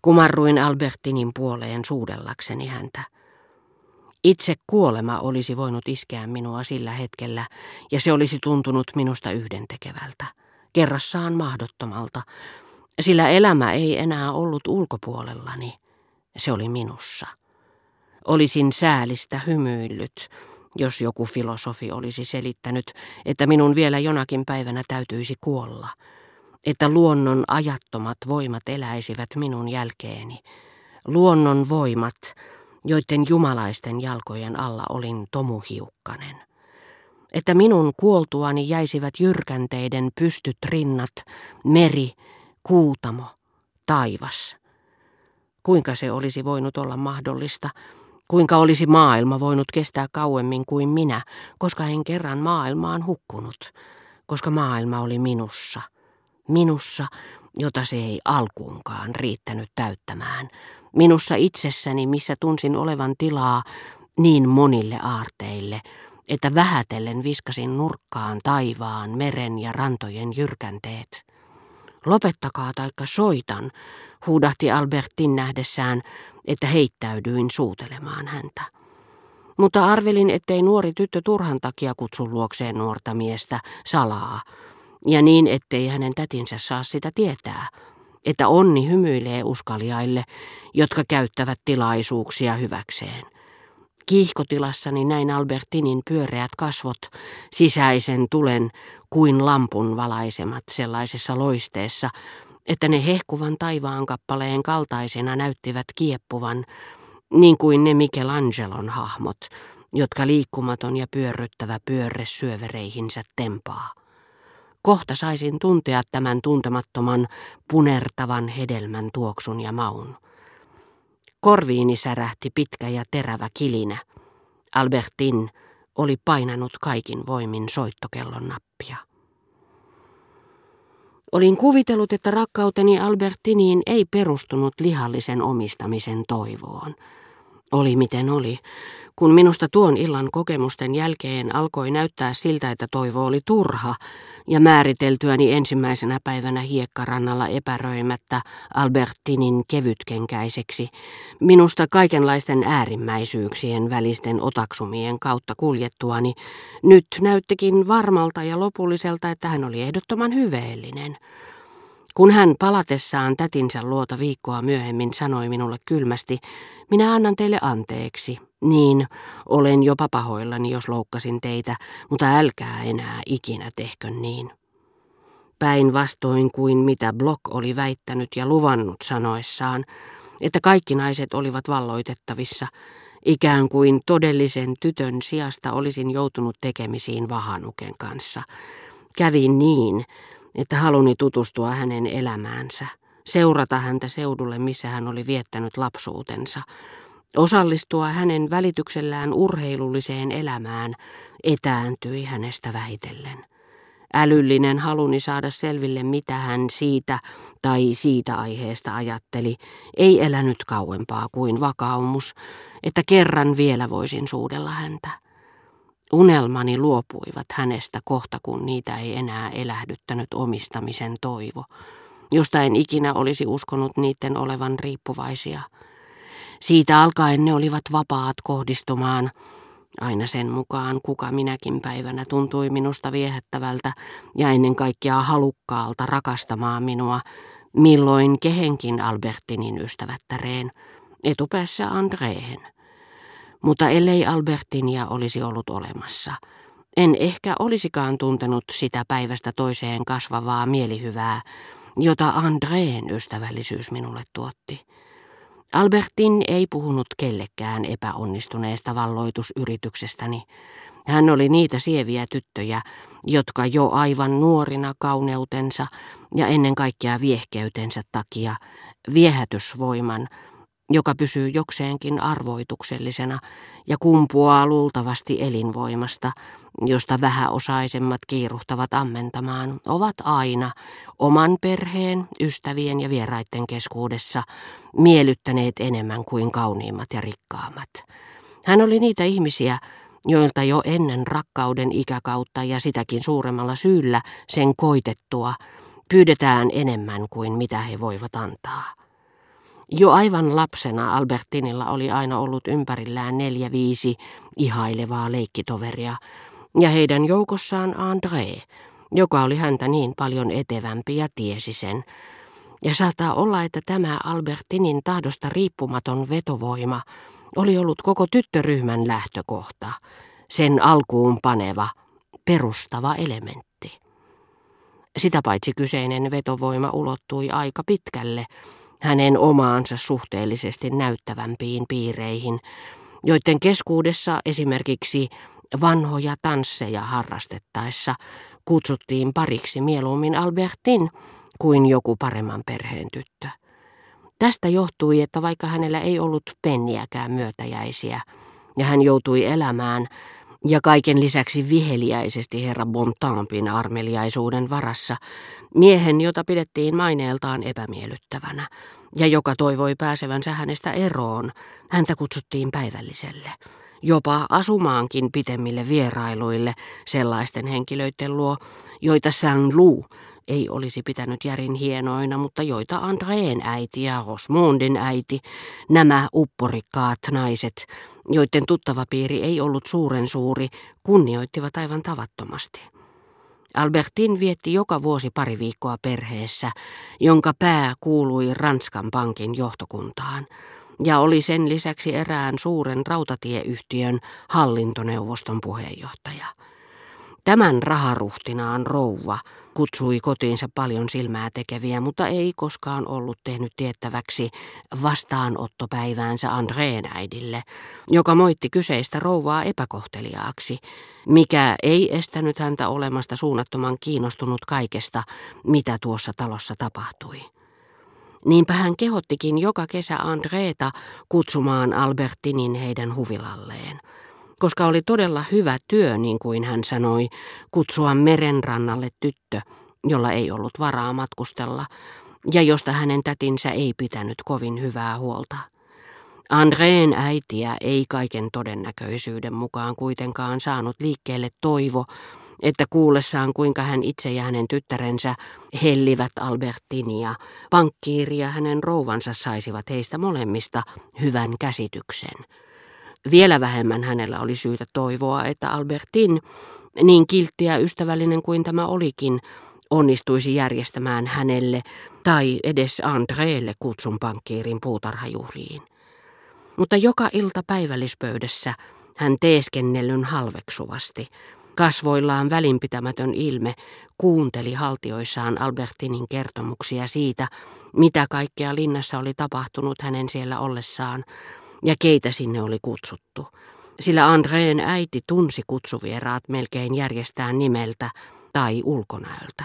Kumarruin Albertinin puoleen suudellakseni häntä. Itse kuolema olisi voinut iskeä minua sillä hetkellä, ja se olisi tuntunut minusta yhdentekevältä, kerrassaan mahdottomalta, sillä elämä ei enää ollut ulkopuolellani, se oli minussa. Olisin säälistä hymyillyt, jos joku filosofi olisi selittänyt, että minun vielä jonakin päivänä täytyisi kuolla, että luonnon ajattomat voimat eläisivät minun jälkeeni, luonnon voimat, joiden jumalaisten jalkojen alla olin tomuhiukkanen, että minun kuoltuani jäisivät jyrkänteiden pystyt rinnat, meri, kuutamo, taivas. Kuinka se olisi voinut olla mahdollista? Kuinka olisi maailma voinut kestää kauemmin kuin minä, koska en kerran maailmaan hukkunut, koska maailma oli minussa, jota se ei alkuunkaan riittänyt täyttämään, minussa itsessäni, missä tunsin olevan tilaa niin monille aarteille, että vähätellen viskasin nurkkaan taivaan, meren ja rantojen jyrkänteet. Lopettakaa taikka soitan, huudahti Albertin nähdessään, että heittäydyin suutelemaan häntä. Mutta arvelin, ettei nuori tyttö turhan takia kutsu luokseen nuorta miestä salaa, ja niin ettei hänen tätinsä saa sitä tietää, että onni hymyilee uskaliaille, jotka käyttävät tilaisuuksia hyväkseen. Kiihkotilassani näin Albertinin pyöreät kasvot, sisäisen tulen kuin lampun valaisemat sellaisessa loisteessa, että ne hehkuvan taivaan kappaleen kaltaisena näyttivät kieppuvan, niin kuin ne Michelangelon hahmot, jotka liikkumaton ja pyörryttävä pyörre syövereihinsä tempaa. Kohta saisin tuntea tämän tuntemattoman, punertavan hedelmän tuoksun ja maun. Korviini särähti pitkä ja terävä kilinä. Albertin oli painanut kaikin voimin soittokellon nappia. Olin kuvitellut, että rakkauteni Albertiniin ei perustunut lihallisen omistamisen toivoon. Oli miten oli. Kun minusta tuon illan kokemusten jälkeen alkoi näyttää siltä, että toivo oli turha, ja määriteltyäni ensimmäisenä päivänä hiekkarannalla epäröimättä Albertinin kevytkenkäiseksi, minusta kaikenlaisten äärimmäisyyksien välisten otaksumien kautta kuljettuani, nyt näyttikin varmalta ja lopulliselta, että hän oli ehdottoman hyveellinen. Kun hän palatessaan tätinsä luota viikkoa myöhemmin sanoi minulle kylmästi, minä annan teille anteeksi. Niin, olen jopa pahoillani, jos loukkasin teitä, mutta älkää enää ikinä tehkö niin. Päinvastoin kuin mitä Bloch oli väittänyt ja luvannut sanoessaan, että kaikki naiset olivat valloitettavissa, ikään kuin todellisen tytön sijasta olisin joutunut tekemisiin Vahanuken kanssa. Kävi niin, että haluni tutustua hänen elämäänsä, seurata häntä seudulle, missä hän oli viettänyt lapsuutensa, osallistua hänen välityksellään urheilulliseen elämään, etääntyi hänestä vähitellen. Älyllinen haluni saada selville, mitä hän siitä aiheesta ajatteli, ei elänyt kauempaa kuin vakaumus, että kerran vielä voisin suudella häntä. Unelmani luopuivat hänestä kohta, kun niitä ei enää elähdyttänyt omistamisen toivo, josta en ikinä olisi uskonut niiden olevan riippuvaisia. Siitä alkaen ne olivat vapaat kohdistumaan, aina sen mukaan kuka minäkin päivänä tuntui minusta viehättävältä ja ennen kaikkea halukkaalta rakastamaan minua, milloin kehenkin Albertinin ystävättäreen, etupäässä Andréhen. Mutta ellei Albertinia olisi ollut olemassa, en ehkä olisikaan tuntenut sitä päivästä toiseen kasvavaa mielihyvää, jota Andréen ystävällisyys minulle tuotti. Albertin ei puhunut kellekään epäonnistuneesta valloitusyrityksestäni. Hän oli niitä sieviä tyttöjä, jotka jo aivan nuorina kauneutensa ja ennen kaikkea viehkeytensä takia, viehätysvoiman, joka pysyy jokseenkin arvoituksellisena ja kumpuaa luultavasti elinvoimasta, josta vähäosaisemmat kiiruhtavat ammentamaan, ovat aina oman perheen, ystävien ja vieraiden keskuudessa miellyttäneet enemmän kuin kauniimmat ja rikkaammat. Hän oli niitä ihmisiä, joilta jo ennen rakkauden ikäkautta ja sitäkin suuremmalla syyllä sen koitettua pyydetään enemmän kuin mitä he voivat antaa. Jo aivan lapsena Albertinilla oli aina ollut ympärillään 4-5 ihailevaa leikkitoveria, ja heidän joukossaan André, joka oli häntä niin paljon etevämpi ja tiesi sen. Ja saattaa olla, että tämä Albertinin tahdosta riippumaton vetovoima oli ollut koko tyttöryhmän lähtökohta, sen alkuun paneva, perustava elementti. Sitä paitsi kyseinen vetovoima ulottui aika pitkälle hänen omaansa suhteellisesti näyttävämpiin piireihin, joiden keskuudessa esimerkiksi vanhoja tansseja harrastettaessa kutsuttiin pariksi mieluummin Albertine kuin joku paremman perheen tyttö. Tästä johtui, että vaikka hänellä ei ollut penniäkään myötäjäisiä, ja hän joutui elämään ja kaiken lisäksi viheliäisesti herra Bontampin armeliaisuuden varassa, miehen, jota pidettiin maineeltaan epämiellyttävänä, ja joka toivoi pääsevänsä hänestä eroon, häntä kutsuttiin päivälliselle, jopa asumaankin pitemmille vierailuille sellaisten henkilöiden luo, joita Saint-Loup ei olisi pitänyt järin hienoina, mutta joita Andreen äiti ja Rosmondin äiti, nämä upporikkaat naiset, joiden tuttavapiiri ei ollut suuren suuri, kunnioittivat aivan tavattomasti. Albertine vietti joka vuosi pari viikkoa perheessä, jonka pää kuului Ranskan pankin johtokuntaan, ja oli sen lisäksi erään suuren rautatieyhtiön hallintoneuvoston puheenjohtaja. Tämän raharuhtinaan rouva kutsui kotiinsa paljon silmää tekeviä, mutta ei koskaan ollut tehnyt tiettäväksi vastaanottopäiväänsä Andreen äidille, joka moitti kyseistä rouvaa epäkohteliaaksi, mikä ei estänyt häntä olemasta suunnattoman kiinnostunut kaikesta, mitä tuossa talossa tapahtui. Niinpä hän kehottikin joka kesä Andreeta kutsumaan Albertinin heidän huvilalleen, koska oli todella hyvä työ, niin kuin hän sanoi, kutsua merenrannalle tyttö, jolla ei ollut varaa matkustella, ja josta hänen tätinsä ei pitänyt kovin hyvää huolta. Andreen äitiä ei kaiken todennäköisyyden mukaan kuitenkaan saanut liikkeelle toivo, että kuullessaan kuinka hän itse ja hänen tyttärensä hellivät Albertinia, pankkiiri ja hänen rouvansa saisivat heistä molemmista hyvän käsityksen. Vielä vähemmän hänellä oli syytä toivoa, että Albertine, niin kiltti ja ystävällinen kuin tämä olikin, onnistuisi järjestämään hänelle tai edes Andreelle kutsun pankkiirin puutarhajuhliin. Mutta joka ilta päivällispöydässä hän teeskennellyn halveksuvasti, kasvoillaan välinpitämätön ilme, kuunteli haltioissaan Albertinin kertomuksia siitä, mitä kaikkea linnassa oli tapahtunut hänen siellä ollessaan, ja keitä sinne oli kutsuttu, sillä Andreen äiti tunsi kutsuvieraat melkein järjestään nimeltä tai ulkonäöltä.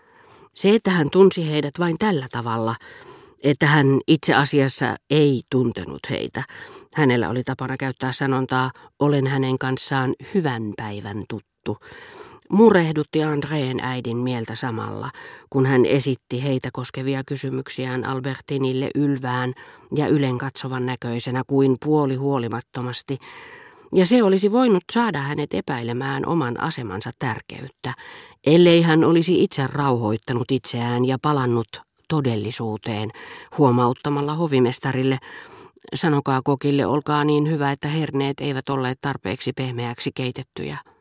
Se, että hän tunsi heidät vain tällä tavalla, että hän itse asiassa ei tuntenut heitä, hänellä oli tapana käyttää sanontaa, olen hänen kanssaan hyvän päivän tuttu, murehdutti Andreen äidin mieltä samalla, kun hän esitti heitä koskevia kysymyksiään Albertinille ylvään ja ylenkatsovan näköisenä kuin puolihuolimattomasti, ja se olisi voinut saada hänet epäilemään oman asemansa tärkeyttä, ellei hän olisi itse rauhoittanut itseään ja palannut todellisuuteen huomauttamalla hovimestarille, sanokaa kokille, olkaa niin hyvä, että herneet eivät olleet tarpeeksi pehmeäksi keitettyjä.